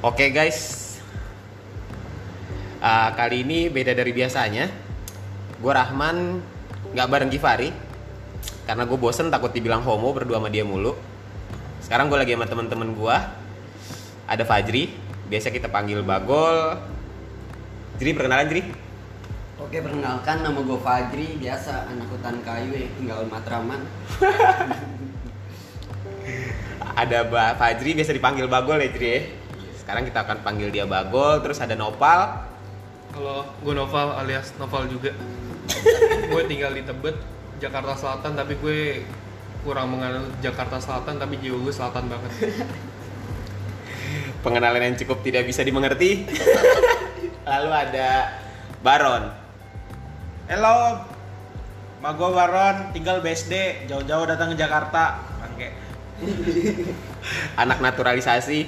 Oke guys, kali ini beda dari biasanya. Gue Rahman nggak bareng Givari karena gue bosen takut dibilang homo berdua sama dia mulu. Sekarang gue lagi sama teman-teman gue. Ada Fajri, biasa kita panggil Bagol. Jadi perkenalan Jri. Oke, perkenalkan nama gue Fajri, biasa anak hutan kayu yang tinggal Matraman. Ada Fajri, biasa dipanggil Bagol ya Jri ya. Sekarang kita akan panggil dia Bagol. Terus ada Nopal. Halo, gue Noval alias Noval juga. Gue tinggal di Tebet, Jakarta Selatan, tapi gue kurang mengenal Jakarta Selatan, tapi jiwa gue selatan banget. Pengenalan yang cukup tidak bisa dimengerti. Lalu ada Baron. Halo, gue Baron, tinggal BSD, jauh-jauh datang ke Jakarta. Bangke. Anak naturalisasi.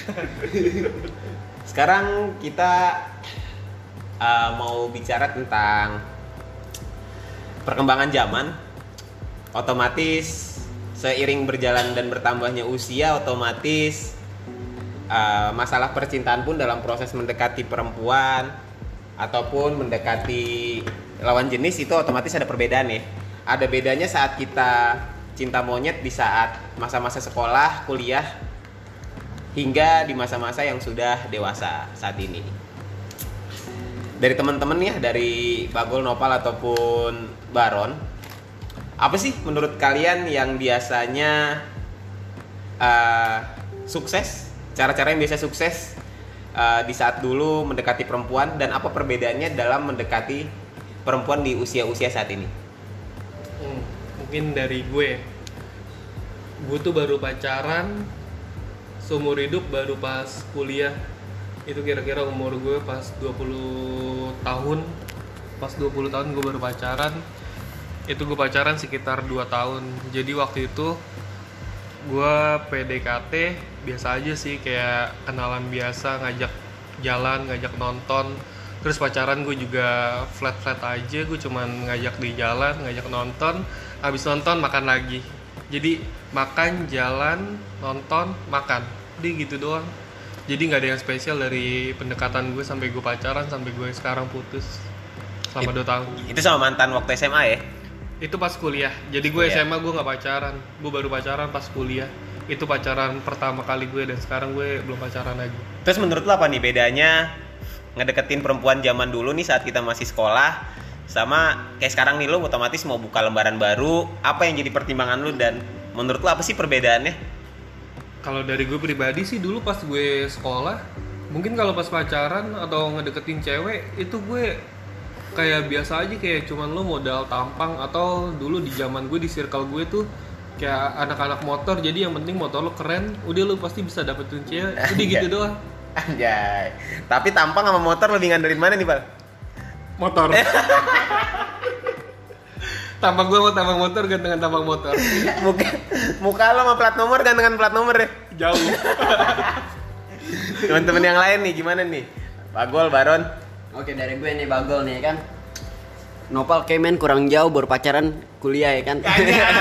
Sekarang kita mau bicara tentang perkembangan zaman. Otomatis seiring berjalan dan bertambahnya usia, otomatis masalah percintaan pun dalam proses mendekati perempuan ataupun mendekati lawan jenis itu otomatis ada perbedaan ya. Ada bedanya saat kita cinta monyet di saat masa-masa sekolah, kuliah, hingga di masa-masa yang sudah dewasa saat ini. Dari teman-teman ya, dari Bagol, Nopal ataupun Baron, apa sih menurut kalian yang biasanya sukses? Cara-cara yang biasa sukses di saat dulu mendekati perempuan, dan apa perbedaannya dalam mendekati perempuan di usia-usia saat ini? Mungkin dari gue tuh baru pacaran seumur hidup baru pas kuliah. Itu kira-kira umur gue pas 20 tahun. Pas 20 tahun gue baru pacaran. Itu gue pacaran sekitar 2 tahun. Jadi waktu itu gue PDKT biasa aja sih, kayak kenalan biasa, ngajak jalan, ngajak nonton. Terus pacaran gue juga flat-flat aja, gue cuman ngajak di jalan, ngajak nonton. Habis nonton makan lagi. Jadi makan, jalan, nonton, makan. Jadi gitu doang. Jadi nggak ada yang spesial dari pendekatan gue sampai gue pacaran sampai gue sekarang putus selama 2 tahun. Itu sama mantan waktu SMA ya? Itu pas kuliah. Jadi gue SMA gue nggak pacaran. Gue baru pacaran pas kuliah. Itu pacaran pertama kali gue, dan sekarang gue belum pacaran lagi. Terus menurut lo apa nih bedanya ngedeketin perempuan zaman dulu nih saat kita masih sekolah, sama kayak sekarang nih lo otomatis mau buka lembaran baru? Apa yang jadi pertimbangan lo, dan menurut lo apa sih perbedaannya? Kalau dari gue pribadi sih, dulu pas gue sekolah, mungkin kalau pas pacaran atau ngedeketin cewek itu gue kayak biasa aja, kayak cuman lo modal tampang. Atau dulu di zaman gue, di circle gue tuh kayak anak-anak motor, jadi yang penting motor lo keren, udah lo pasti bisa dapetin cewek. Udah gitu doang. Anjay. Tapi tampang sama motor lebih ngandelin mana nih, Bal? Motor. Tampang gue mau tampang motor, gantengan tampang motor. Muka lo sama plat nomor gantengan plat nomor deh. Jauh. Teman-teman yang lain nih gimana nih? Bagol, Baron. Oke, dari gue nih Bagol nih kan. Nopal kemen kurang jauh, baru pacaran kuliah ya kan.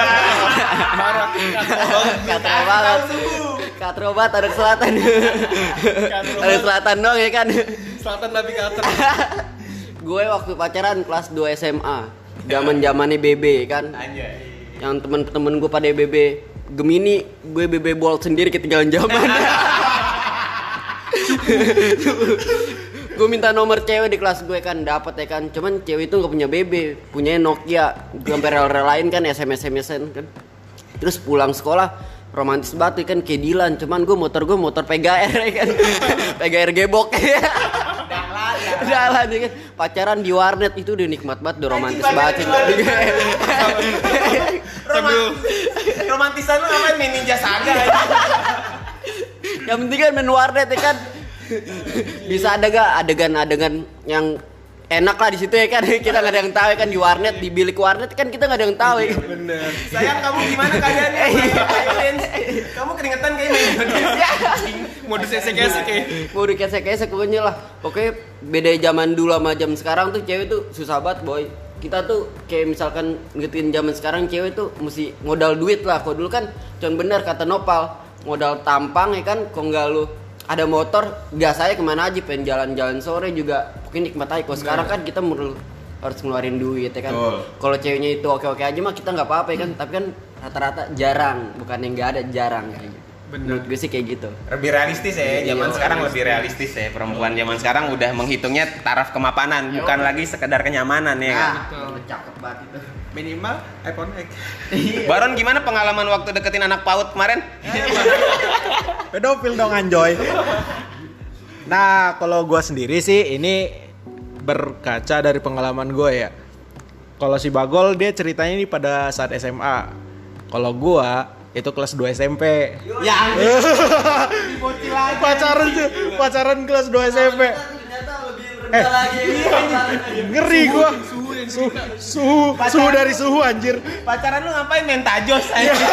Katro banget. Katro banget, ada selatan. Ada selatan dong ya kan. Selatan tapi katro. Gue waktu pacaran kelas 2 SMA. Zaman-zamannya BB kan. Anjay. Yang temen-temen gue pada BB Gemini, gue BB Bolt sendiri ketinggalan zaman. Gue minta nomor cewek di kelas gue kan, dapet ya kan. Cuman cewek itu nggak punya BB, punyanya Nokia. Gue sampai rel-relain kan, SMS-an kan. Terus pulang sekolah romantis banget ya kan, kayak Dilan. Cuman gue motor PGR ya kan. PGR gebok. Jalan ya kan. Pacaran di warnet itu udah nikmat banget, udah romantis banget. Romantisan lu ngapain main Ninja Saga aja? Yang penting kan main warnet ya kan. Bisa ada gak adegan-adegan yang enak lah di situ ya kan. Kita nggak ada yang tahu ya kan, di warnet, di bilik warnet kan kita nggak ada yang tahu ya. Bener. Sayang, kamu gimana keadaannya? Kamu keringetan kayaknya. Modus esek-esek ya. Mau dikesek-kesek pokoknya lah. Oke, beda zaman dulu sama jam sekarang tuh, cewek tuh susah banget boy. Kita tuh kayak misalkan ngetin zaman sekarang, cewek tuh mesti modal duit lah. Kalau dulu kan cuman bener kata Nopal, modal tampang ya kan. Kalau nggak lu ada motor, gas saya kemana aja, pengen jalan-jalan sore juga mungkin nikmat aja. Kalau sekarang kan kita harus ngeluarin duit ya kan. Kalau ceweknya itu oke-oke aja mah kita nggak apa-apa ya kan. Tapi kan rata-rata jarang, bukan yang nggak ada, jarang kayak gitu. Menurut gue sih kayak gitu. Lebih realistis ya, zaman sekarang lebih realistis ya. Perempuan zaman sekarang udah menghitungnya taraf kemapanan, bukan lagi sekedar kenyamanan ya kan. Cakep banget itu. Minimal iPhone X. Baron, gimana pengalaman waktu deketin anak PAUD kemarin? Pedofil dong anjoy. Nah, kalau gue sendiri sih ini berkaca dari pengalaman gue ya. Kalau si Bagol dia ceritanya ini pada saat SMA. Kalau gue itu kelas 2 SMP. Ya, pacaran kelas 2 SMP. Ternyata lebih rendah lagi. Ngeri gue. Suhu dari suhu anjir. pacaran lu ngapain main tajos?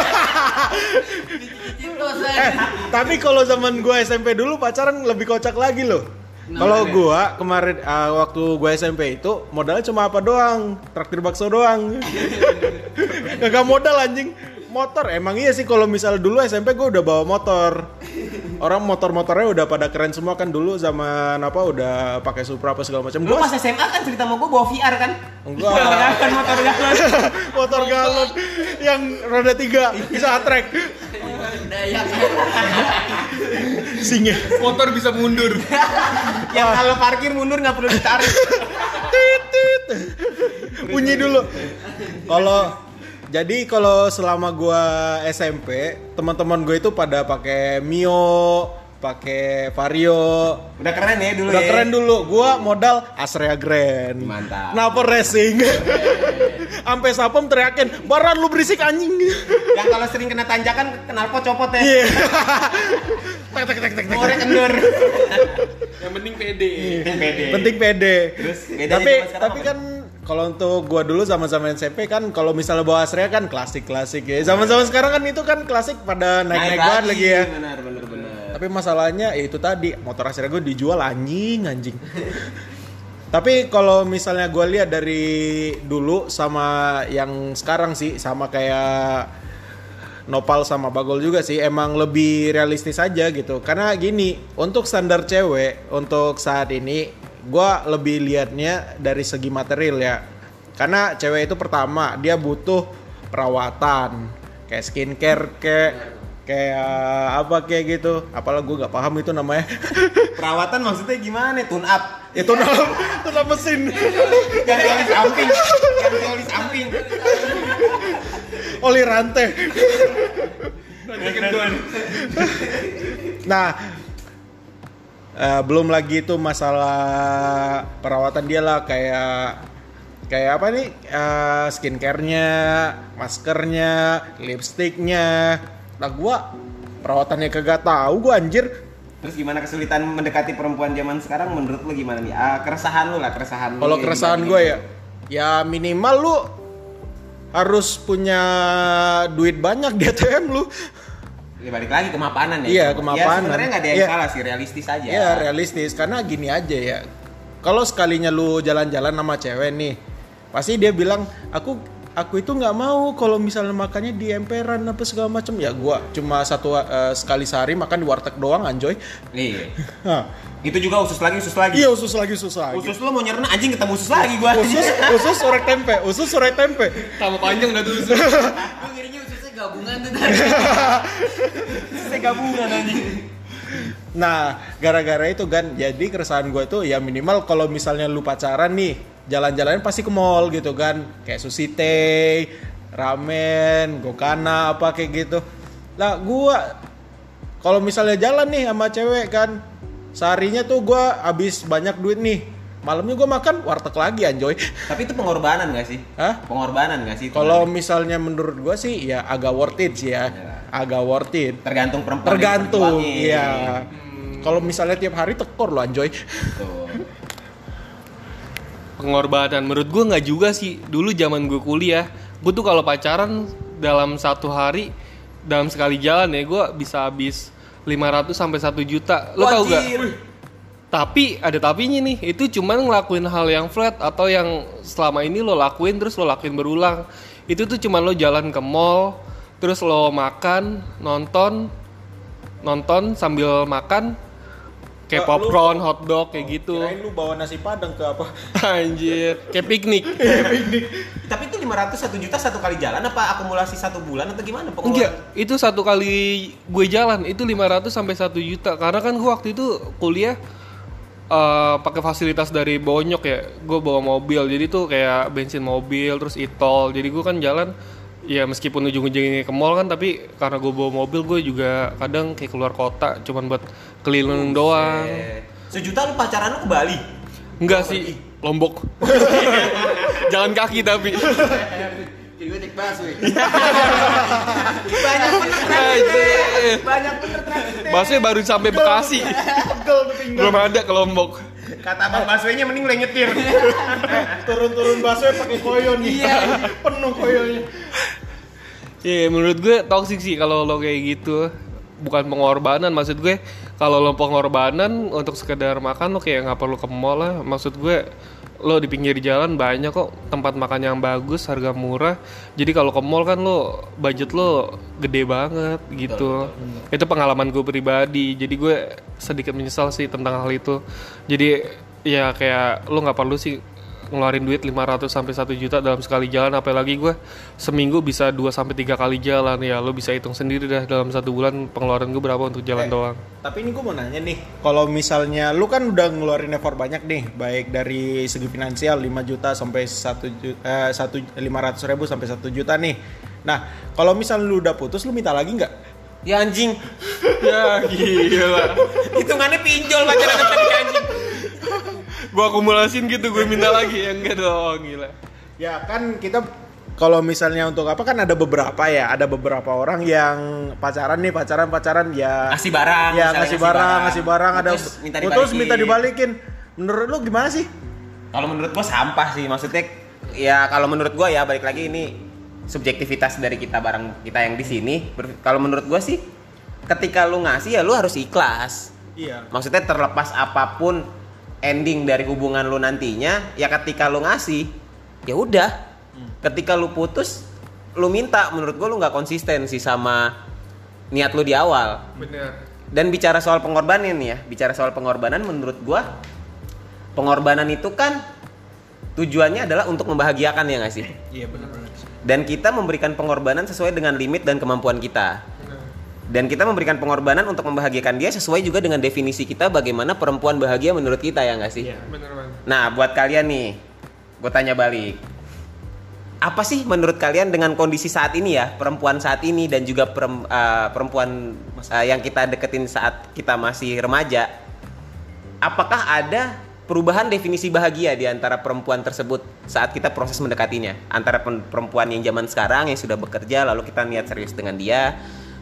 Tapi kalau zaman gue SMP dulu pacaran lebih kocak lagi loh. Kalau gue kemarin waktu gue SMP itu modalnya cuma apa doang, traktir bakso doang. Gak modal anjing. Motor emang iya sih, kalau misal dulu SMP gue udah bawa motor. Orang motor-motornya udah pada keren semua kan dulu, zaman apa udah pakai Supra apa segala macam. Lu pas SMA kan cerita sama gua bawa VR kan? Enggak. Kan motor galon. Motor galon yang roda 3 bisa atrek. Singa. Motor bisa mundur. Yang kalau parkir mundur nggak perlu ditarik. Titit. Bunyi dulu. Kalau selama gua SMP, teman-teman gue itu pada pakai Mio, pakai Vario. Udah keren ya dulu. Udah keren dulu. Gua modal Astrea Grand. Mantap. Kenapa racing? Sampai sapem teriakin, "Baran lu berisik anjing." Yang kalau sering kena tanjakan knalpot copot ya. Iya. Ngorek kendur. Yang penting pede. Penting pede. Terus bedanya zaman sekarang tapi apa? kan kalau untuk gua dulu zaman-zaman SMP kan kalau misalnya bawa Astrea kan klasik ya. Zaman-zaman sekarang kan itu kan klasik pada naik-naik banget lagi ya. Benar. Tapi masalahnya ya itu tadi, motor Astrea gue dijual anjing. Tapi kalau misalnya gue lihat dari dulu sama yang sekarang sih, sama kayak Nopal sama Bagol juga sih, emang lebih realistis aja gitu. Karena gini, untuk standar cewek untuk saat ini, gue lebih liatnya dari segi material ya. Karena cewek itu pertama dia butuh perawatan, kayak skincare, kayak apa kayak gitu. Apalah gue nggak paham itu namanya. Perawatan maksudnya gimana? Tune up. Itu nama mesin. Ganti oli samping. Oli rantai. Nah, belum lagi itu masalah perawatan dia lah, kayak apa nih, skincare-nya, maskernya, lipstiknya. Nah gua perawatannya kagak tahu gua anjir. Terus gimana kesulitan mendekati perempuan zaman sekarang menurut lu gimana nih? Keresahan lu. Kalau keresahan gue ya minimal lu harus punya duit banyak di ATM lu. Ya balik lagi kemapanan ya. Iya, kemapanan. Ya sebenarnya nggak ada yang salah sih, realistis aja. Iya, realistis. Karena gini aja ya. Kalau sekalinya lu jalan-jalan sama cewek nih, pasti dia bilang, aku itu nggak mau kalau misalnya makannya di emperan apa segala macam. Ya gua cuma sekali sehari makan di warteg doang anjoy. Iya. Itu juga usus lagi. Iya, usus lagi. Usus lu mau nyerna anjing ketemu usus lagi gua. Usus sorek tempe. Tambah panjang dah tuh usus. Gue ngirinya ususnya gabungan tuh tadi. Ususnya gabungan anjing. Nah, gara-gara itu kan, jadi keresahan gue tuh ya minimal kalau misalnya lu pacaran nih, jalan-jalan pasti ke mall gitu kan, kayak Sushi Tei, ramen, Gokana apa kayak gitu. Lah gue kalau misalnya jalan nih sama cewek kan, seharinya tuh gue habis banyak duit nih, malamnya gue makan warteg lagi anjoy. Tapi itu pengorbanan gak sih? Hah? Pengorbanan gak sih? Kalau misalnya menurut gue sih ya agak worth it sih ya. Agak worth it. Tergantung perempuan. Tergantung, iya. Kalau misalnya tiap hari tekor lo anjoy. Pengorbanan menurut gue nggak juga sih. Dulu zaman gue kuliah, gue tuh kalau pacaran dalam satu hari, dalam sekali jalan ya gue bisa habis 500 sampai 1 juta. Lo tau gak? Tapi ada tapinya nih, itu cuman ngelakuin hal yang flat atau yang selama ini lo lakuin terus lo lakuin berulang. Itu tuh cuman lo jalan ke mall, terus lo makan, nonton sambil makan, kayak popcorn, hotdog kayak gitu. Kirain lu bawa nasi padang ke apa? Anjir, kayak piknik. Tapi itu 500 1 juta satu kali jalan apa akumulasi 1 bulan atau gimana pengeluaran? Enggak, itu satu kali gue jalan itu 500 sampai 1 juta. Karena kan gue waktu itu kuliah pakai fasilitas dari Bonyok ya. Gue bawa mobil, jadi tuh kayak bensin mobil terus e-tol. Jadi gue kan jalan ya meskipun ujung-ujungnya ke mall kan, tapi karena gue bawa mobil gue juga kadang kayak keluar kota cuman buat keliling doang. Sejuta lu pacaran lu ke Bali? Enggak sih, Lombok. Jalan kaki tapi. Jadi gue cek busway. Banyak bener Anjir. Banyak bener traktirnya. Busway baru sampai Bekasi. Belum ada ke Lombok. Kata Bang Baswenya mending lu nyetir. Turun-turun busway pakai koyon nih. Penuh koyonnya. Iya, menurut gue toxic sih kalau lo kayak gitu. Bukan pengorbanan, maksud gue kalau lo pengorbanan untuk sekedar makan lo kayak nggak perlu ke mall lah. Maksud gue lo di pinggir jalan banyak kok tempat makan yang bagus, harga murah. Jadi kalau ke mall kan lo budget lo gede banget gitu. Betul. Itu pengalaman gue pribadi. Jadi gue sedikit menyesal sih tentang hal itu. Jadi ya kayak lo nggak perlu sih ngeluarin duit 500 sampai 1 juta dalam sekali jalan, apalagi gue seminggu bisa 2 sampai 3 kali jalan. Ya lo bisa hitung sendiri dah dalam 1 bulan pengeluaran gue berapa untuk jalan doang. Tapi ini gue mau nanya nih, kalau misalnya lu kan udah ngeluarin effort banyak nih, baik dari segi finansial 5 juta sampai 500 ribu sampai 1 juta nih. Nah, kalau misalnya lu udah putus, lu minta lagi nggak? Ya anjing. Ya gila. Hitungannya pinjol pacaran sama anjing. Gue akumulasin gitu, gue minta lagi. Ya enggak dong, gila. Ya kan kita kalau misalnya untuk apa kan ada beberapa orang yang pacaran ya Ngasih barang. ya misalnya ngasih barang ada putus minta dibalikin. Menurut lu gimana sih? Kalau menurut gua sampah sih, maksudnya ya kalau menurut gua ya balik lagi ini subjektivitas dari kita yang di sini. Kalau menurut gua sih ketika lu ngasih ya lu harus ikhlas. Iya. Maksudnya terlepas apapun ending dari hubungan lu nantinya, ya ketika lu ngasih ya udah. Ketika lu putus, lu minta, menurut gue lu nggak konsisten sih sama niat lu di awal. Bener. Dan bicara soal pengorbanan nih ya, menurut gue pengorbanan itu kan tujuannya adalah untuk membahagiakan, ya nggak sih? Iya benar. Dan kita memberikan pengorbanan sesuai dengan limit dan kemampuan kita. Dan kita memberikan pengorbanan untuk membahagiakan dia sesuai juga dengan definisi kita bagaimana perempuan bahagia menurut kita, ya nggak sih? Iya, bener banget. Nah, buat kalian nih, gue tanya balik. Apa sih menurut kalian dengan kondisi saat ini ya, perempuan saat ini dan juga perempuan yang kita deketin saat kita masih remaja, apakah ada perubahan definisi bahagia di antara perempuan tersebut saat kita proses mendekatinya? Antara perempuan yang zaman sekarang yang sudah bekerja lalu kita niat serius dengan dia,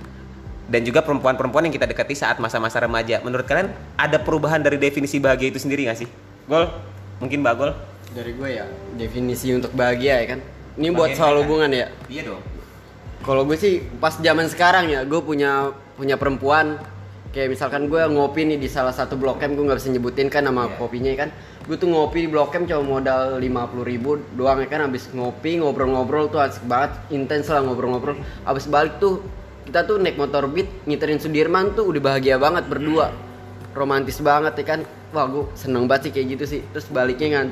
dan juga perempuan-perempuan yang kita dekati saat masa-masa remaja. Menurut kalian ada perubahan dari definisi bahagia itu sendiri nggak sih? Gol? Mungkin Mbak Gol? Dari gue ya, definisi untuk bahagia ya kan. Ini Bahagia buat soal kan? hubungan ya. Iya dong. Kalau gue sih pas zaman sekarang ya, gue punya perempuan. Kayak misalkan gue ngopi nih di salah satu Blok M, gue nggak bisa nyebutin kan nama kopinya kan. Gue tuh ngopi di Blok M cuma modal 50.000 doang ya kan. Abis ngopi ngobrol-ngobrol tuh asik banget, intens lah ngobrol-ngobrol. Abis balik tuh kita tuh naik motor Beat ngiterin Sudirman tuh udah bahagia banget berdua, romantis banget ya kan. Wah gue seneng banget sih kayak gitu sih. Terus baliknya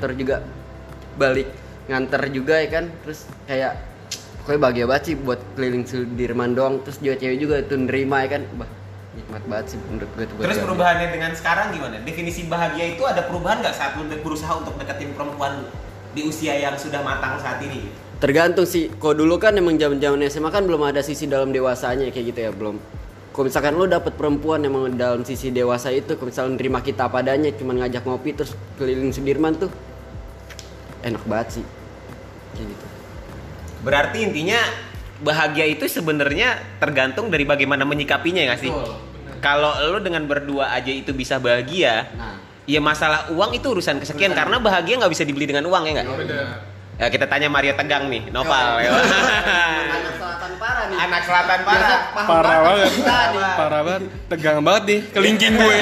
nganter juga ya kan. Terus kayak pokoknya bahagia banget sih buat keliling Sudirman doang. Terus juga cewek juga tuh nerima ya kan. Bah, nikmat banget sih menurut gue tuh. Terus perubahannya dengan sekarang gimana? Definisi bahagia itu ada perubahan nggak saat lu berusaha untuk deketin perempuan di usia yang sudah matang saat ini? Tergantung sih. Kalau dulu kan emang zaman SMA kan belum ada sisi dalam dewasanya kayak gitu ya, belum. Kalau misalkan lu dapet perempuan emang dalam sisi dewasa itu, kalau misalkan nerima kita padanya, cuman ngajak ngopi terus keliling Sudirman tuh enak banget sih. Kayak gitu. Berarti intinya bahagia itu sebenarnya tergantung dari bagaimana menyikapinya, ya nggak sih? Kalau lu dengan berdua aja itu bisa bahagia, ya masalah uang itu urusan kesekian. Karena bahagia nggak bisa dibeli dengan uang, ya nggak? Ya kita tanya Mario Tegang nih, Nopal. Anak selatan parah nih. Anak selatan parah. Parah banget. Parah banget. Tegang banget nih kelingking gue.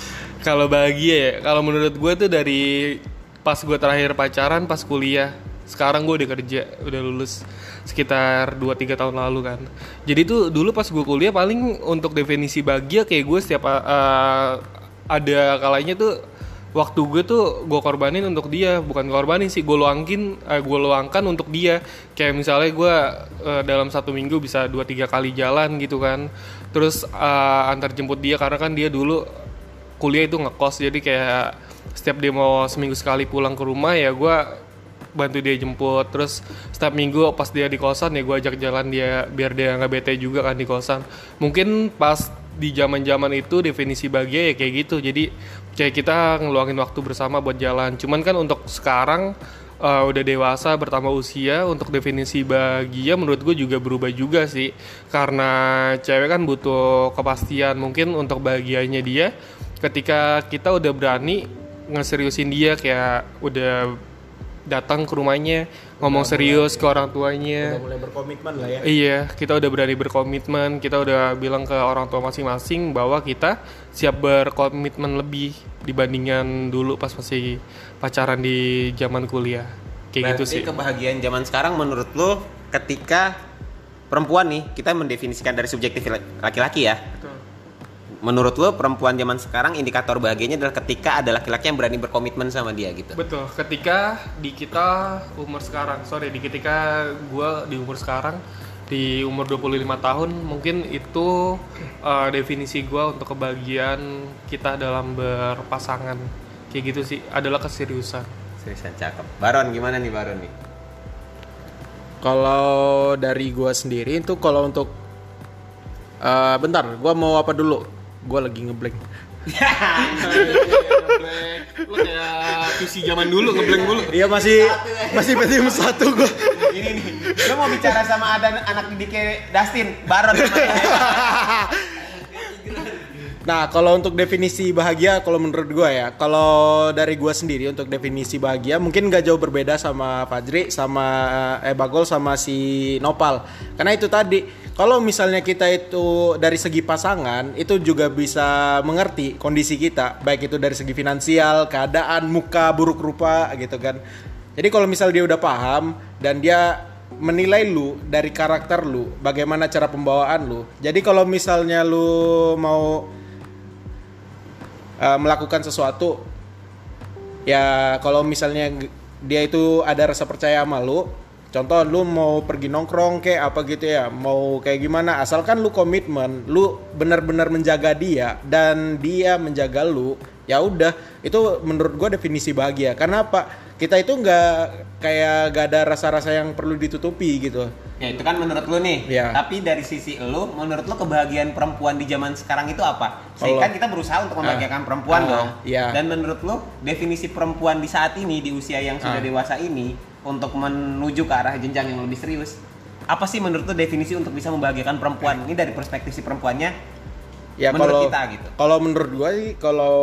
Kalau bahagia ya, kalau menurut gue tuh dari pas gue terakhir pacaran pas kuliah sekarang gue udah kerja, udah lulus sekitar 2-3 tahun lalu kan. Jadi tuh dulu pas gue kuliah paling untuk definisi bahagia kayak gue setiap ada kalanya tuh waktu gue tuh gue korbanin untuk dia, bukan korbanin sih, gue luangkan untuk dia. Kayak misalnya gue dalam 1 minggu bisa 2-3 kali jalan gitu kan. Terus antar jemput dia karena kan dia dulu kuliah itu ngekos, jadi kayak setiap dia mau seminggu sekali pulang ke rumah ya gue bantu dia jemput. Terus setiap minggu pas dia di kosan ya gue ajak jalan dia biar dia nggak bete juga kan di kosan. Mungkin pas di zaman-zaman itu definisi bahagia ya kayak gitu. Jadi kayak kita ngeluangin waktu bersama buat jalan. Cuman kan untuk sekarang udah dewasa bertambah usia, untuk definisi bahagia menurut gue juga berubah juga sih. Karena cewek kan butuh kepastian. Mungkin untuk bahagianya dia ketika kita udah berani ngeseriusin dia, kayak udah datang ke rumahnya, ngomong serius ke orang tuanya. Udah mulai berkomitmen lah ya. Iya, kita udah berani berkomitmen, kita udah bilang ke orang tua masing-masing bahwa kita siap berkomitmen lebih dibandingkan dulu pas masih pacaran di zaman kuliah. Kayak gitu sih. Berarti kebahagiaan zaman sekarang menurut lo ketika perempuan nih, kita mendefinisikan dari subjektif laki-laki ya. Betul. Menurut lo perempuan zaman sekarang indikator bahagianya adalah ketika ada laki-laki yang berani berkomitmen sama dia gitu. Betul, ketika ketika gue di umur sekarang, di umur 25 tahun, mungkin itu definisi gue untuk kebahagiaan kita dalam berpasangan. Kayak gitu sih, adalah keseriusan. Seriusan, cakep. Baron gimana nih Baron nih? Kalau dari gua sendiri itu kalau untuk bentar, gua mau apa dulu? Gua lagi ngeblank. Lu kayak PC zaman dulu, ngeblank dulu. Iya masih PTM 1 gua. Ini nih, lo mau bicara sama ada anak didiknya Dustin, Baron namanya. Nah, kalau untuk definisi bahagia, kalau menurut gue ya, kalau dari gue sendiri untuk definisi bahagia mungkin gak jauh berbeda sama Fajri, sama Bagol, sama si Nopal. Karena itu tadi, kalau misalnya kita itu dari segi pasangan, itu juga bisa mengerti kondisi kita, baik itu dari segi finansial, keadaan, muka, buruk rupa gitu kan. Jadi kalau misalnya dia udah paham dan dia menilai lu dari karakter lu, bagaimana cara pembawaan lu. Jadi kalau misalnya lu mau melakukan sesuatu, ya kalau misalnya dia itu ada rasa percaya sama lu, contoh lu mau pergi nongkrong kayak apa gitu ya, mau kayak gimana, asalkan lu komitmen, lu benar-benar menjaga dia dan dia menjaga lu, ya udah, itu menurut gua definisi bahagia. Karena apa? Kita itu gak ada rasa-rasa yang perlu ditutupi gitu. Ya itu kan menurut lu nih. Ya. Tapi dari sisi lu, menurut lu kebahagiaan perempuan di zaman sekarang itu apa? Kan kita berusaha untuk membahagiakan perempuan dong. Ya. Dan menurut lu definisi perempuan di saat ini, di usia yang sudah dewasa ini, untuk menuju ke arah jenjang yang lebih serius, apa sih menurut lu definisi untuk bisa membahagiakan perempuan? Ini dari perspektif si perempuannya. Ya menurut kita gitu. Kalau menurut gue sih, kalau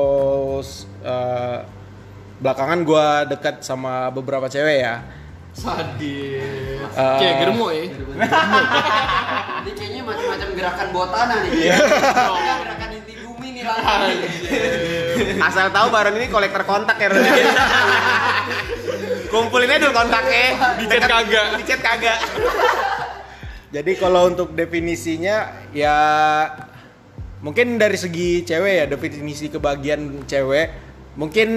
belakangan gue dekat sama beberapa cewek ya. Sadis. Kayak germo ya. Ini kayaknya macam-macam gerakan bawah tanah nih. Gerakan inti bumi nih langsung. Asal tahu Baron ini kolektor kontak ya. Kumpulinnya dulu kontaknya. Dicet kagak. Jadi kalau untuk definisinya ya mungkin dari segi cewek ya, definisi kebahagiaan cewek mungkin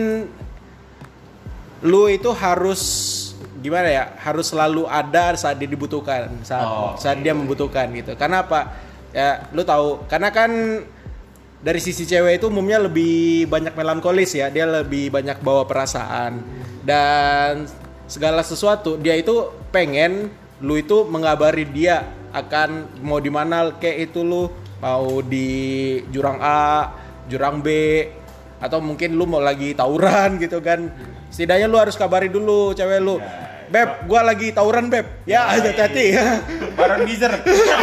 lu itu harus gimana ya, harus selalu ada saat dia dibutuhkan, saat dia membutuhkan gitu. Karena apa? Ya lu tahu, karena kan dari sisi cewek itu umumnya lebih banyak melankolis ya, dia lebih banyak bawa perasaan dan segala sesuatu dia itu pengen lu itu mengabari dia akan mau di mana, kayak itu lu mau di jurang A, jurang B, atau mungkin lu mau lagi tawuran gitu kan. Setidaknya lu harus kabari dulu cewek lu. Beb, gua lagi tawuran, Beb. Ya, hati-hati ya. Baron Gizer.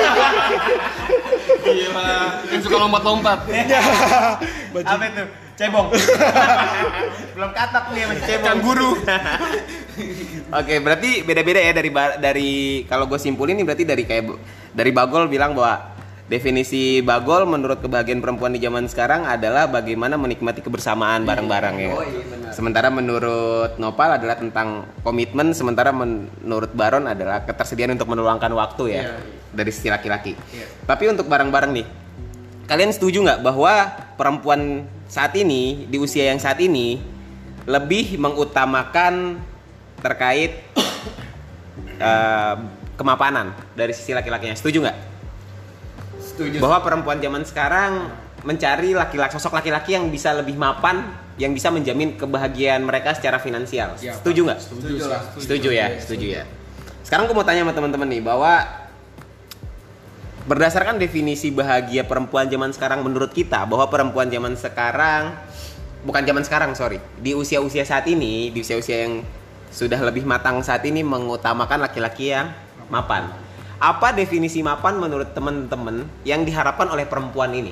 Gila, yang suka lompat-lompat. Apa itu? Cebong. Belum katak nih masih cebong. Kanguru. Oke, berarti beda-beda ya dari kalau gue simpulin nih, berarti dari Bagol bilang bahwa Definisi Bagol menurut kebahagiaan perempuan di zaman sekarang adalah bagaimana menikmati kebersamaan bareng-bareng ya. Sementara menurut Nopal adalah tentang komitmen, sementara menurut Baron adalah ketersediaan untuk meluangkan waktu ya dari sisi laki-laki. Tapi untuk bareng-bareng nih, kalian setuju nggak bahwa perempuan saat ini di usia yang saat ini lebih mengutamakan terkait kemapanan dari sisi laki-lakinya? Setuju nggak? Bahwa perempuan zaman sekarang mencari sosok laki-laki yang bisa lebih mapan, yang bisa menjamin kebahagiaan mereka secara finansial. Setuju nggak? Setuju ya. Sekarang aku mau tanya sama teman-teman nih bahwa berdasarkan definisi bahagia perempuan zaman sekarang menurut kita, bahwa perempuan zaman sekarang di usia-usia saat ini, di usia-usia yang sudah lebih matang saat ini mengutamakan laki-laki yang mapan. Apa definisi mapan menurut teman-teman yang diharapkan oleh perempuan ini?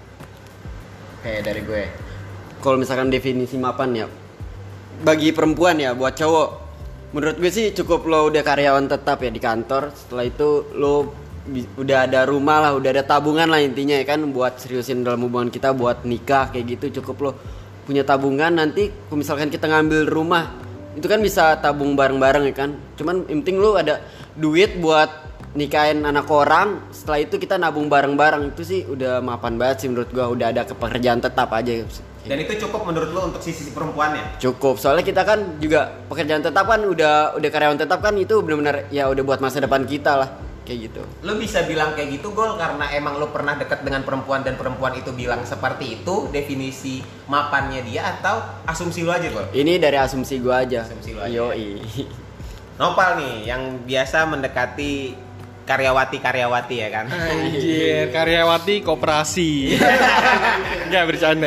Kayak dari gue. Kalau misalkan definisi mapan ya, bagi perempuan ya, buat cowok, menurut gue sih cukup lo udah karyawan tetap ya di kantor. Setelah itu lo udah ada rumah lah, udah ada tabungan lah intinya ya kan, buat seriusin dalam hubungan kita, buat nikah kayak gitu. Cukup lo punya tabungan, nanti kalau misalkan kita ngambil rumah, itu kan bisa tabung bareng-bareng ya kan. Cuman yang penting lo ada duit buat nikahin anak orang, setelah itu kita nabung bareng-bareng. Itu sih udah mapan banget sih menurut gua, udah ada pekerjaan tetap aja. Dan itu cukup menurut lo untuk sisi perempuannya? Cukup, soalnya kita kan juga pekerjaan tetap kan udah karyawan tetap kan, itu benar-benar ya udah buat masa depan kita lah, kayak gitu. Lo bisa bilang kayak gitu Gol karena emang lo pernah dekat dengan perempuan dan perempuan itu bilang seperti itu definisi mapannya dia, atau asumsi lo aja Gol? Ini dari asumsi gua aja. Asumsi lo aja. Yoi. Nopal nih yang biasa mendekati karyawati ya kan? Anjir, karyawati koperasi. Enggak, bercanda.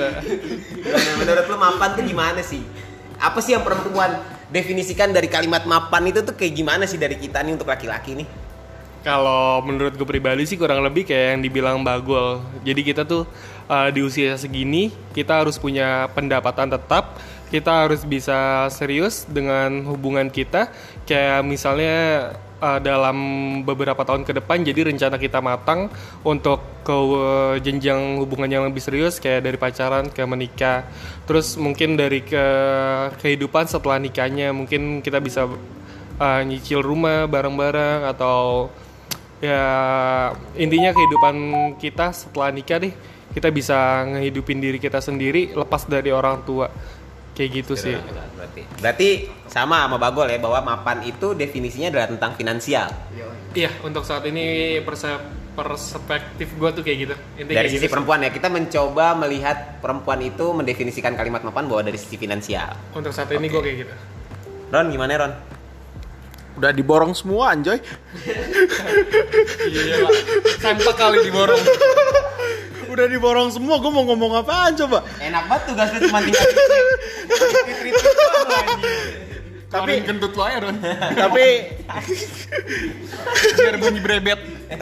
Menurut lu mapan tuh gimana sih? Apa sih yang perempuan definisikan dari kalimat mapan itu tuh kayak gimana sih dari kita nih untuk laki-laki nih? Kalau menurut gue pribadi sih kurang lebih kayak yang dibilang Bagol. Jadi kita tuh di usia segini kita harus punya pendapatan tetap, kita harus bisa serius dengan hubungan kita. Kayak misalnya dalam beberapa tahun ke depan, jadi rencana kita matang untuk ke jenjang hubungan yang lebih serius, kayak dari pacaran ke menikah. Terus mungkin dari kehidupan setelah nikahnya, mungkin kita bisa nyicil rumah bareng-bareng, atau ya intinya kehidupan kita setelah nikah deh, kita bisa ngehidupin diri kita sendiri lepas dari orang tua. Kayak gitu sih. Berarti sama Bagol ya, bahwa mapan itu definisinya adalah tentang finansial. Iya, untuk saat ini perspektif gue tuh kayak gitu. Intinya dari kayak sisi gitu perempuan ya, kita mencoba melihat perempuan itu mendefinisikan kalimat mapan bahwa dari sisi finansial. Untuk saat ini gue kayak gitu. Ron, gimana Ron? Udah diborong semua anjoy. Iya lah, sampai kali diborong. Udah diborong semua, gue mau ngomong apaan coba? Enak banget tugas lu cuma tinggal Tapi kentut lo ya Ron. Tapi Biar bunyi brebet.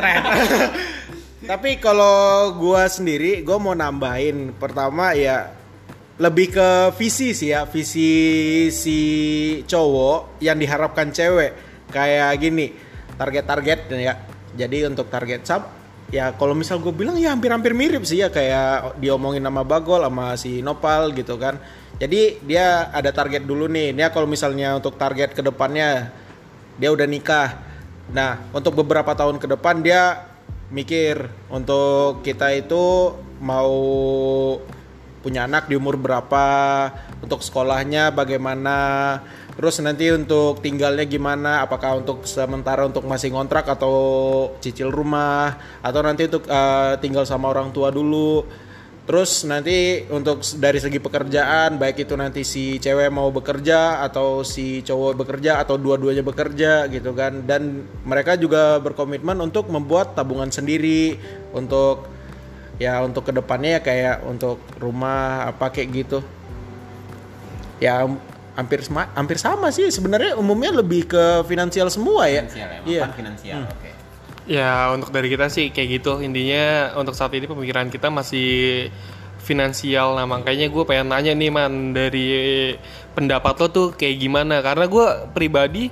Tapi kalau gue sendiri, gue mau nambahin. Pertama ya lebih ke visi sih ya, visi si cowok yang diharapkan cewek. Kayak gini, target-target ya. Jadi untuk target ya kalau misal gue bilang ya hampir-hampir mirip sih ya, kayak diomongin sama Bagol sama si Nopal gitu kan. Jadi dia ada target dulu nih. Dia kalau misalnya untuk target ke depannya dia udah nikah. Nah, untuk beberapa tahun ke depan dia mikir untuk kita itu mau punya anak di umur berapa, untuk sekolahnya bagaimana, terus nanti untuk tinggalnya gimana, apakah untuk sementara untuk masih ngontrak atau cicil rumah, atau nanti untuk tinggal sama orang tua dulu. Terus nanti untuk dari segi pekerjaan, baik itu nanti si cewek mau bekerja atau si cowok bekerja atau dua-duanya bekerja gitu kan. Dan mereka juga berkomitmen untuk membuat tabungan sendiri untuk ya untuk kedepannya ya, kayak untuk rumah apa kayak gitu. Ya hampir sama sih sebenarnya, umumnya lebih ke finansial semua ya. Finansial ya, Iya. Finansial. Oke. Ya untuk dari kita sih kayak gitu. Intinya untuk saat ini pemikiran kita masih finansial. Nah makanya gue pengen nanya nih Man, dari pendapat lo tuh kayak gimana? Karena gue pribadi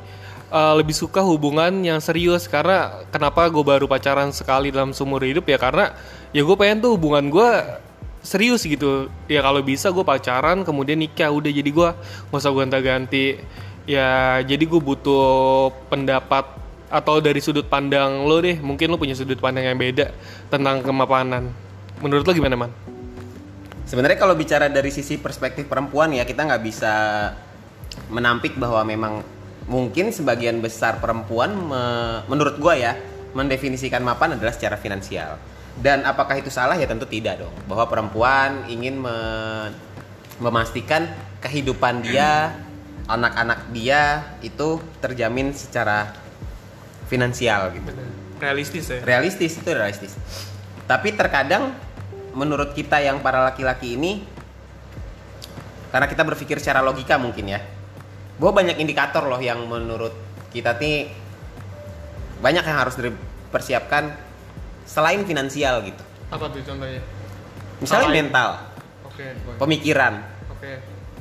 lebih suka hubungan yang serius. Karena kenapa gue baru pacaran sekali dalam seumur hidup ya karena ya gue pengen tuh hubungan gue serius gitu. Ya kalau bisa gue pacaran kemudian nikah udah, jadi gue nggak usah gonta-ganti. Ya jadi gue butuh pendapat atau dari sudut pandang lo deh, mungkin lo punya sudut pandang yang beda tentang kemapanan. Menurut lo gimana, Man? Sebenarnya kalau bicara dari sisi perspektif perempuan ya, kita nggak bisa menampik bahwa memang mungkin sebagian besar perempuan menurut gua ya mendefinisikan mapan adalah secara finansial. Dan apakah itu salah? Ya tentu tidak dong. Bahwa perempuan ingin memastikan kehidupan dia, anak-anak dia itu terjamin secara finansial gitu. Realistis ya? Realistis, itu realistis. Tapi terkadang menurut kita yang para laki-laki ini, karena kita berpikir secara logika mungkin ya, bahwa banyak indikator loh yang menurut kita nih banyak yang harus dipersiapkan selain finansial gitu. Apa tuh contohnya? Misalnya Selain. mental, Oke. pemikiran. Oke.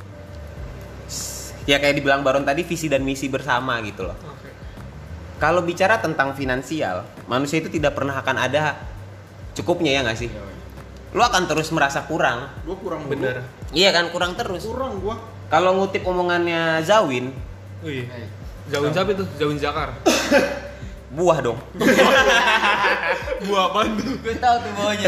Ya kayak dibilang Baron tadi, visi dan misi bersama gitu loh. Oke. Kalau bicara tentang finansial, manusia itu tidak pernah akan ada cukupnya, ya nggak sih? Lu akan terus merasa kurang. Gue kurang Bener. Iya kan, kurang terus. Kurang gue. Kalau ngutip omongannya Zawin, Wih. Jauhin siapa itu? Jauhin Jakar. buah dong. Buah apaan tuh? Gue tahu tuh bawahnya.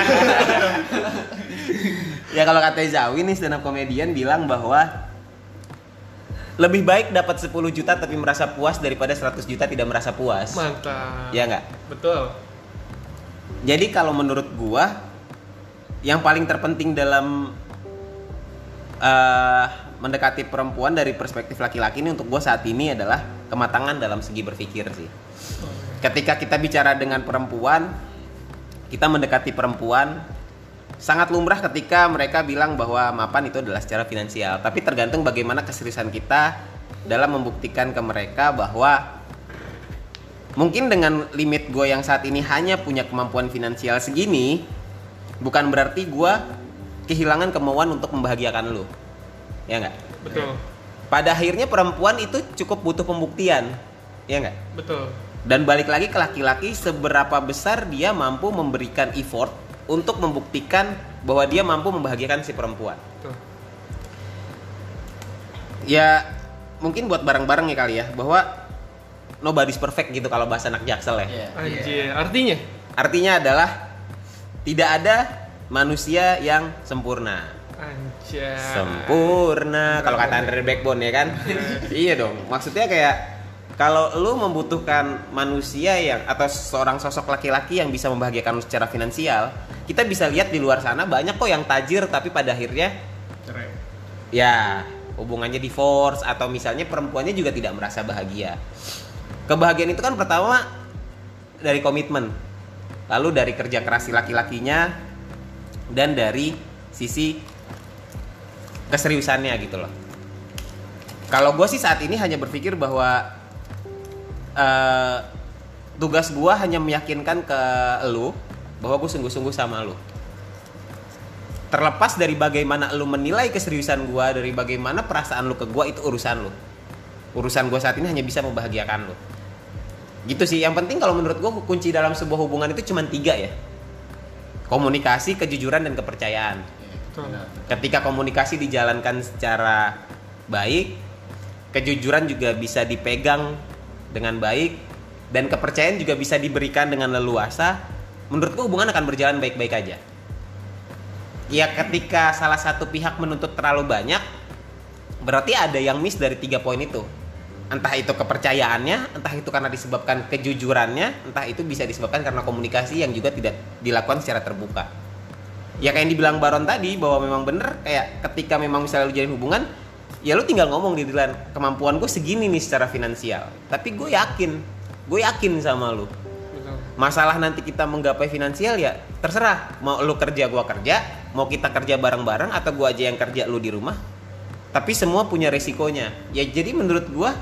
Ya kalau kata Zawin nih, stand up comedian bilang bahwa lebih baik dapat 10 juta tapi merasa puas daripada 100 juta tidak merasa puas. Mantap. Ya nggak? Betul. Jadi kalau menurut gua, yang paling terpenting dalam mendekati perempuan dari perspektif laki-laki ini untuk gua saat ini adalah kematangan dalam segi berpikir sih. Ketika kita bicara dengan perempuan, kita mendekati perempuan, sangat lumrah ketika mereka bilang bahwa mapan itu adalah secara finansial. Tapi tergantung bagaimana keseriusan kita dalam membuktikan ke mereka bahwa mungkin dengan limit gue yang saat ini hanya punya kemampuan finansial segini, bukan berarti gue kehilangan kemauan untuk membahagiakan lo. Ya nggak? Betul. Pada akhirnya perempuan itu cukup butuh pembuktian. Ya nggak? Betul. Dan balik lagi ke laki-laki, seberapa besar dia mampu memberikan effort untuk membuktikan bahwa dia mampu membahagiakan si perempuan. Betul. Ya mungkin buat bareng-bareng ya kali ya, bahwa nobody's perfect gitu kalau bahasa anak Jaksel ya. Iya. Anjir. Artinya? Artinya adalah tidak ada manusia yang sempurna. Anjir. Sempurna kalau kata Andre Backbone ya kan. Iya dong. Maksudnya kayak kalau lu membutuhkan manusia yang atau seorang sosok laki-laki yang bisa membahagiakan lu secara finansial, kita bisa lihat di luar sana banyak kok yang tajir tapi pada akhirnya Cerai. ya hubungannya divorce atau misalnya perempuannya juga tidak merasa bahagia. Kebahagiaan itu kan pertama dari komitmen, lalu dari kerja keras si laki-lakinya, dan dari sisi keseriusannya gitu loh. Kalau gue sih saat ini hanya berpikir bahwa tugas gue hanya meyakinkan ke lu bahwa gue sungguh-sungguh sama lu. Terlepas dari bagaimana lu menilai keseriusan gue, dari bagaimana perasaan lu ke gue, itu urusan lu. Urusan gue saat ini hanya bisa membahagiakan lu. Gitu sih. Yang penting kalau menurut gue kunci dalam sebuah hubungan itu cuma 3 ya. Komunikasi, kejujuran, dan kepercayaan. Betul. Ketika komunikasi dijalankan secara baik, kejujuran juga bisa dipegang dengan baik, dan kepercayaan juga bisa diberikan dengan leluasa, menurutku hubungan akan berjalan baik-baik aja. Ya ketika salah satu pihak menuntut terlalu banyak, berarti ada yang miss dari 3 poin itu. Entah itu kepercayaannya, entah itu karena disebabkan kejujurannya, entah itu bisa disebabkan karena komunikasi yang juga tidak dilakukan secara terbuka. Ya kayak yang dibilang Baron tadi, bahwa memang bener kayak ketika memang misalnya lu jalin hubungan, ya lu tinggal ngomong di depan, kemampuan gue segini nih secara finansial, tapi gue yakin sama lu. Betul. Masalah nanti kita menggapai finansial ya terserah, mau lu kerja gue kerja, mau kita kerja bareng-bareng atau gue aja yang kerja lu di rumah, tapi semua punya resikonya. Ya jadi menurut gue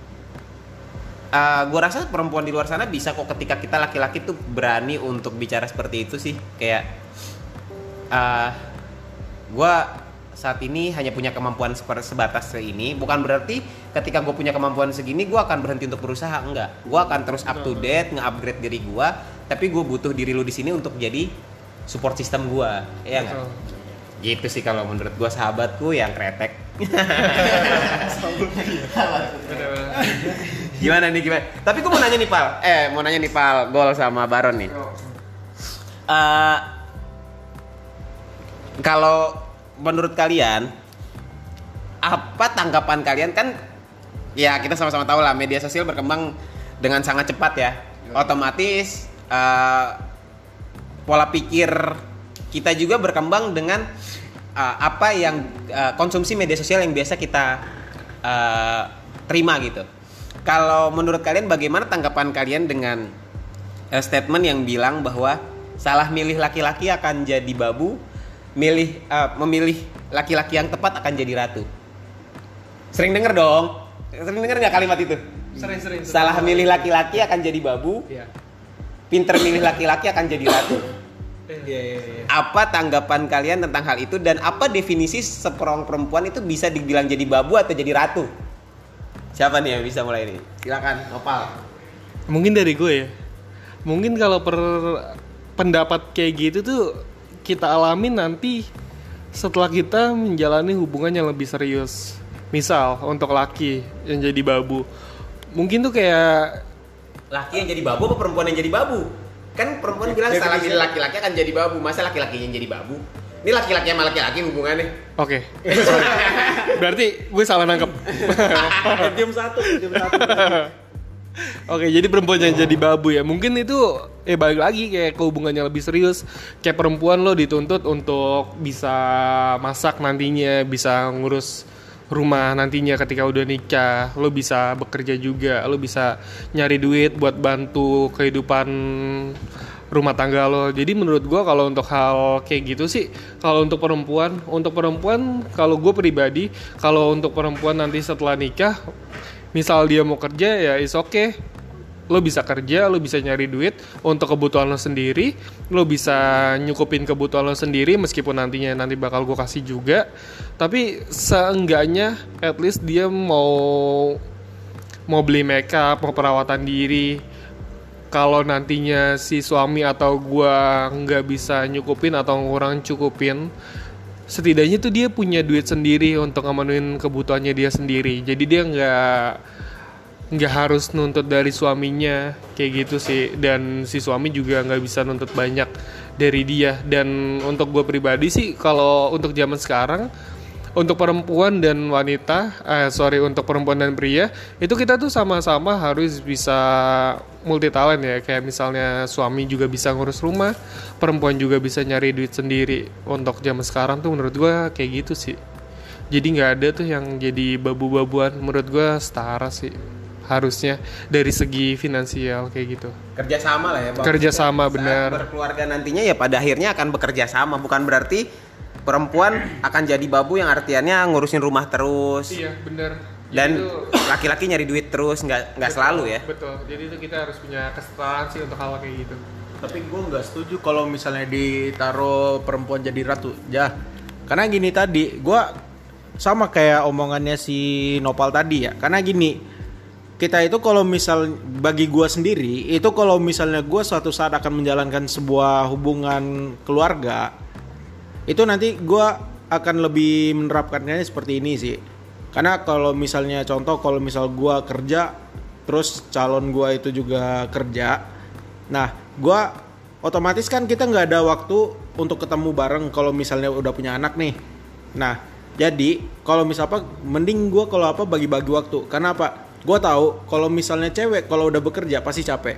rasa perempuan di luar sana bisa kok ketika kita laki-laki tuh berani untuk bicara seperti itu sih. Kayak gue saat ini hanya punya kemampuan sebatas ini, bukan berarti ketika gue punya kemampuan segini gue akan berhenti untuk berusaha. Enggak, gue akan terus up to date, nge-upgrade diri gue, tapi gue butuh diri lu di sini untuk jadi support system gue, ya nggak? Gitu sih kalau menurut gue, sahabatku yang kretek. Gimana nih, gimana? Tapi gue mau nanya nih Pal, Gol sama Baron nih. Kalau menurut kalian, apa tanggapan kalian, kan ya kita sama-sama tahu lah media sosial berkembang dengan sangat cepat ya. Otomatis pola pikir kita juga berkembang dengan apa yang konsumsi media sosial yang biasa kita terima gitu. Kalau menurut kalian bagaimana tanggapan kalian dengan statement yang bilang bahwa salah milih laki-laki akan jadi babu, memilih laki-laki yang tepat akan jadi ratu? Sering denger dong? Sering denger nggak kalimat itu? Sering. Salah milih laki-laki akan jadi babu, pinter milih laki-laki akan jadi ratu. Iya. Apa tanggapan kalian tentang hal itu, dan apa definisi seorang perempuan itu bisa dibilang jadi babu atau jadi ratu? Siapa nih yang bisa mulai ini? Silakan, Nopal. Mungkin dari gue ya. Mungkin kalau pendapat kayak gitu tuh kita alamin nanti setelah kita menjalani hubungan yang lebih serius. Misal untuk laki yang jadi babu, mungkin tuh kayak Laki yang jadi babu apa perempuan yang jadi babu? Kan perempuan bilang salah milih laki-laki akan jadi babu. Masa laki-laki yang jadi babu? Ini laki-laki sama laki-laki hubungannya. Oke. Sorry. Berarti gue salah nangkep. Jam 1. Oke, jadi perempuan yang jadi babu ya. Mungkin itu balik lagi kayak ke hubungannya lebih serius. Kayak perempuan lo dituntut untuk bisa masak nantinya, bisa ngurus rumah nantinya ketika udah nikah. Lo bisa bekerja juga, lo bisa nyari duit buat bantu kehidupan rumah tangga lo. Jadi menurut gue kalau untuk hal kayak gitu sih, kalau untuk perempuan kalau gue pribadi, kalau untuk perempuan nanti setelah nikah, misal dia mau kerja ya is okay. Lo bisa kerja, lo bisa nyari duit untuk kebutuhan lo sendiri, lo bisa nyukupin kebutuhan lo sendiri meskipun nanti bakal gue kasih juga. Tapi seenggaknya at least dia mau beli makeup, mau perawatan diri. Kalau nantinya si suami atau gue nggak bisa nyukupin atau kurang cukupin, setidaknya tuh dia punya duit sendiri untuk memenuhin kebutuhannya dia sendiri. Jadi dia nggak harus nuntut dari suaminya kayak gitu sih, dan si suami juga nggak bisa nuntut banyak dari dia. Dan untuk gue pribadi sih, kalau untuk zaman sekarang, untuk perempuan dan wanita, untuk perempuan dan pria itu kita tuh sama-sama harus bisa multi talent ya. Kayak misalnya suami juga bisa ngurus rumah, perempuan juga bisa nyari duit sendiri. Untuk zaman sekarang tuh menurut gue kayak gitu sih. Jadi nggak ada tuh yang jadi babu-babuan. Menurut gue setara sih harusnya dari segi finansial kayak gitu. Kerjasama lah ya Bang. Kerjasama, benar. Berkeluarga nantinya ya pada akhirnya akan bekerja sama. Bukan berarti perempuan akan jadi babu yang artiannya ngurusin rumah terus. Iya benar. Dan laki-laki nyari duit terus, nggak selalu ya. Betul. Jadi itu kita harus punya kesetaraan sih untuk hal kayak gitu. Tapi gue nggak setuju kalau misalnya ditaruh perempuan jadi ratu. Karena gini tadi, gue sama kayak omongannya si Nopal tadi ya. Karena gini, kita itu kalau misal bagi gue sendiri itu kalau misalnya gue suatu saat akan menjalankan sebuah hubungan keluarga, itu nanti gue akan lebih menerapkannya seperti ini sih. Karena kalau misalnya contoh, kalau misal gue kerja terus calon gue itu juga kerja, nah gue otomatis kan kita nggak ada waktu untuk ketemu bareng kalau misalnya udah punya anak nih. Nah jadi kalau misal apa, mending gue kalau apa bagi-bagi waktu. Karena apa? Gue tahu kalau misalnya cewek kalau udah bekerja pasti capek.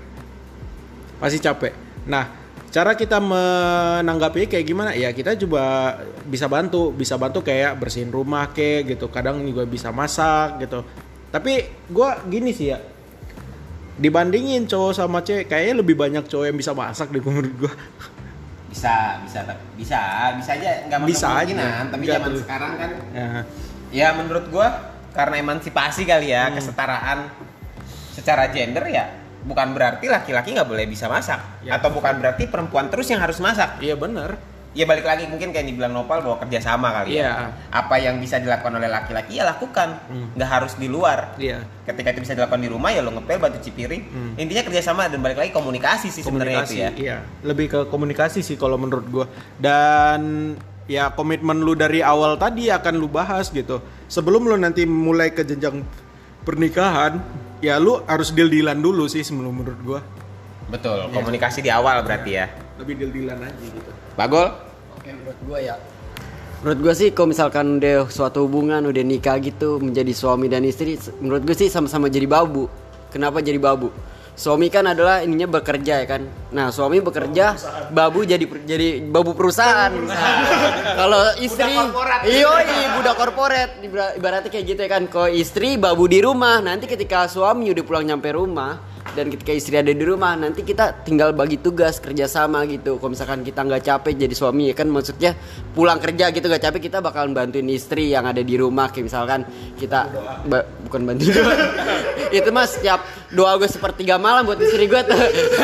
Nah, cara kita menanggapi kayak gimana? Ya kita coba bisa bantu kayak bersihin rumah kayak gitu. Kadang juga bisa masak gitu. Tapi gue gini sih ya, dibandingin cowok sama cewek, kayaknya lebih banyak cowok yang bisa masak deh menurut gue. Bisa aja, nggak menutup kemungkinan. Tapi zaman sekarang kan, ya menurut gue karena emansipasi kali ya, kesetaraan secara gender ya, bukan berarti laki-laki nggak boleh bisa masak, atau bukan berarti perempuan terus yang harus masak. Iya benar. ya balik lagi mungkin kayak dibilang Nopal bahwa kerjasama kali Iya. ya. Apa yang bisa dilakukan oleh laki-laki ya lakukan, nggak harus di luar. Iya. Ketika itu bisa dilakukan di rumah ya lo ngepel, bantu cipiring. Intinya kerjasama dan balik lagi komunikasi sih sebenarnya itu ya. Iya, lebih ke komunikasi sih kalau menurut gua. Dan ya komitmen lu dari awal tadi akan lu bahas gitu. Sebelum lu nanti mulai ke jenjang pernikahan, ya lu harus deal-dealan dulu sih sebelum menurut gua. Betul, komunikasi di awal berarti ya. Lebih deal-dealan aja gitu. Bagol? Oke, menurut gua ya. Menurut gua sih kalau misalkan udah suatu hubungan udah nikah gitu menjadi suami dan istri, menurut gua sih sama-sama jadi babu. Kenapa jadi babu? Suami kan adalah ininya bekerja ya kan. Nah, suami bekerja, babu jadi babu perusahaan. Kalau istri, budak korporat. Ibaratnya kayak gitu ya kan. Kalau istri babu di rumah, nanti ketika suami udah pulang nyampe rumah dan ketika istri ada di rumah, nanti kita tinggal bagi tugas kerjasama gitu. Kalau misalkan kita nggak capek jadi suami ya kan, maksudnya pulang kerja gitu nggak capek, kita bakalan bantuin istri yang ada di rumah. Kayak misalkan kita bukan bantuin doang. Itu mas setiap doa gue sepertiga malam buat istri gue tuh.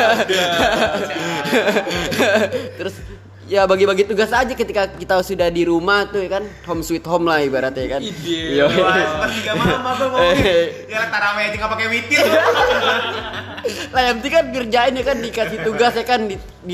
Terus ya bagi-bagi tugas aja ketika kita sudah di rumah tuh ya kan, home sweet home lah ibaratnya kan. Iya. Sepertiga malam aku ngomongin. Ya tarawih aja nggak pakai witir. Lah yang penting kan kerjain ya kan, dikasih tugas ya kan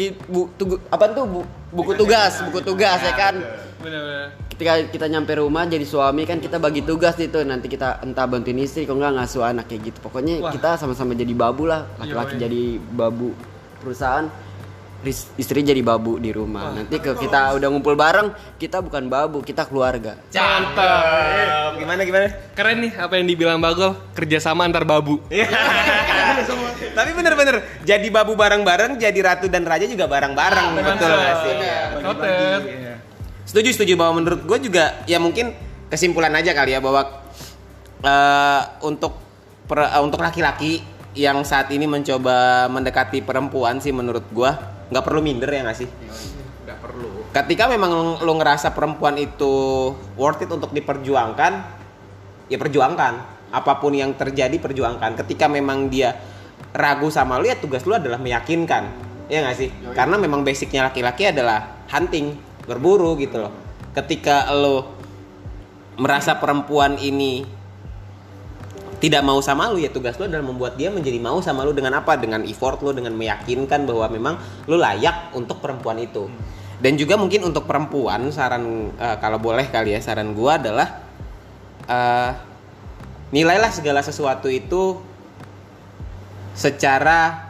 buku tugas ya kan. Benar-benar. Ketika kita nyampe rumah jadi suami kan kita bagi tugas itu, nanti kita entah bantuin istri kalau nggak ngasuh anak kayak gitu. Pokoknya kita sama-sama jadi babu lah, laki-laki jadi babu perusahaan, istri jadi babu di rumah. Nanti kita udah ngumpul bareng, kita bukan babu, kita keluarga. Cakep. Gimana? Keren nih apa yang dibilang Bagol, kerjasama antar babu. Tapi bener-bener jadi babu bareng-bareng, jadi ratu dan raja juga bareng-bareng. Betul nggak sih? Noted. Setuju bahwa menurut gue juga ya mungkin kesimpulan aja kali ya bahwa untuk laki-laki yang saat ini mencoba mendekati perempuan sih menurut gue nggak perlu minder ya nggak sih? Nggak perlu. Ketika memang lo ngerasa perempuan itu worth it untuk diperjuangkan, ya perjuangkan. Apapun yang terjadi perjuangkan. Ketika memang dia ragu sama lo ya tugas lo adalah meyakinkan, ya nggak sih? Karena memang basicnya laki-laki adalah hunting, berburu gitu loh. Ketika lo merasa perempuan ini tidak mau sama lu, ya tugas lu adalah membuat dia menjadi mau sama lu dengan apa? Dengan effort lu, dengan meyakinkan bahwa memang lu layak untuk perempuan itu. Dan juga mungkin untuk perempuan, saran kalau boleh kali ya, saran gua adalah nilailah segala sesuatu itu secara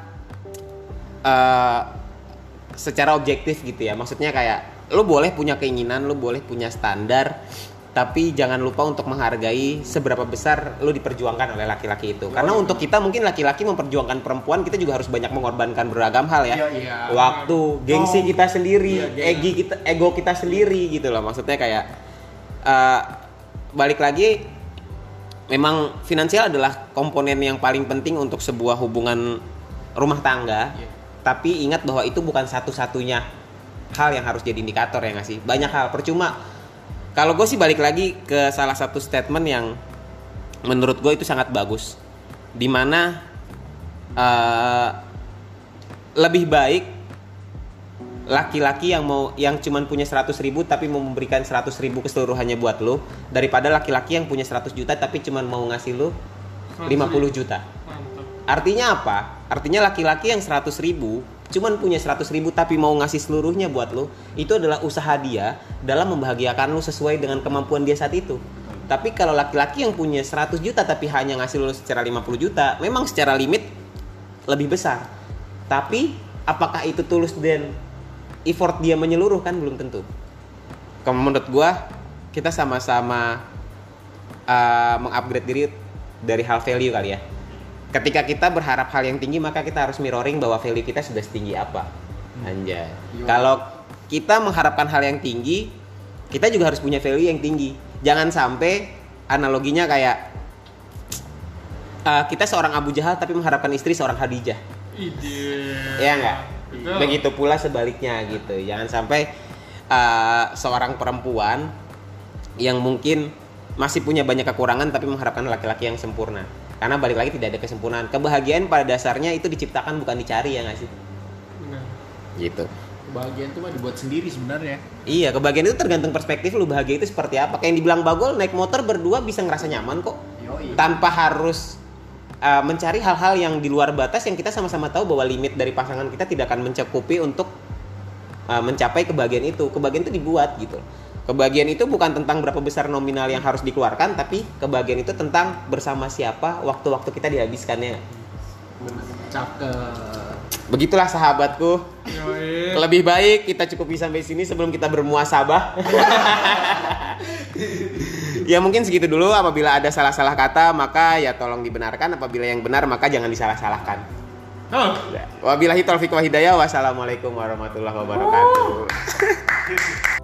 objektif gitu ya. Maksudnya kayak lu boleh punya keinginan, lu boleh punya standar, tapi jangan lupa untuk menghargai seberapa besar lo diperjuangkan oleh laki-laki itu. Karena untuk kita mungkin laki-laki memperjuangkan perempuan, kita juga harus banyak mengorbankan beragam hal ya. Waktu, gengsi kita sendiri, ego kita sendiri gitu loh. Maksudnya kayak balik lagi, memang finansial adalah komponen yang paling penting untuk sebuah hubungan rumah tangga. Tapi ingat bahwa itu bukan satu-satunya hal yang harus jadi indikator ya nggak sih? Banyak hal, percuma. Kalau gue sih balik lagi ke salah satu statement yang menurut gue itu sangat bagus, dimana lebih baik laki-laki yang cuman punya 100.000 tapi mau memberikan 100.000 keseluruhannya buat lo, daripada laki-laki yang punya 100 juta tapi cuman mau ngasih lo 50 juta. Artinya apa? Artinya laki-laki yang 100.000 cuman punya 100.000 tapi mau ngasih seluruhnya buat lo, itu adalah usaha dia dalam membahagiakan lo sesuai dengan kemampuan dia saat itu. Tapi kalau laki-laki yang punya 100 juta tapi hanya ngasih lo secara 50 juta, memang secara limit lebih besar. Tapi apakah itu tulus dan effort dia menyeluruh, kan belum tentu. Menurut gua kita sama-sama mengupgrade diri dari hal value kali ya. Ketika kita berharap hal yang tinggi, maka kita harus mirroring bahwa value kita sudah setinggi apa. Anjay. Kalau kita mengharapkan hal yang tinggi, kita juga harus punya value yang tinggi. Jangan sampai analoginya kayak kita seorang Abu Jahal tapi mengharapkan istri seorang Khadijah. Iya enggak? Begitu pula sebaliknya gitu. Jangan sampai seorang perempuan yang mungkin masih punya banyak kekurangan tapi mengharapkan laki-laki yang sempurna. Karena balik lagi tidak ada kesempurnaan. Kebahagiaan pada dasarnya itu diciptakan bukan dicari, ya nggak sih? Benar. Gitu. Kebahagiaan itu mah dibuat sendiri sebenarnya. Iya, kebahagiaan itu tergantung perspektif lu bahagia itu seperti apa. Kayak yang dibilang Bagol, naik motor berdua bisa ngerasa nyaman kok. Yoi. Tanpa harus mencari hal-hal yang di luar batas yang kita sama-sama tahu bahwa limit dari pasangan kita tidak akan mencukupi untuk mencapai kebahagiaan itu. Kebahagiaan itu dibuat gitu. Kebahagiaan itu bukan tentang berapa besar nominal yang harus dikeluarkan, tapi kebahagiaan itu tentang bersama siapa, waktu-waktu kita dihabiskannya. Cakep. Begitulah sahabatku. Lebih baik kita cukupi sampai sini sebelum kita bermuasabah. Ya mungkin segitu dulu. Apabila ada salah-salah kata maka ya tolong dibenarkan. Apabila yang benar maka jangan disalah-salahkan. Wabillahi taufiq wa hidayah. Wassalamualaikum warahmatullahi wabarakatuh.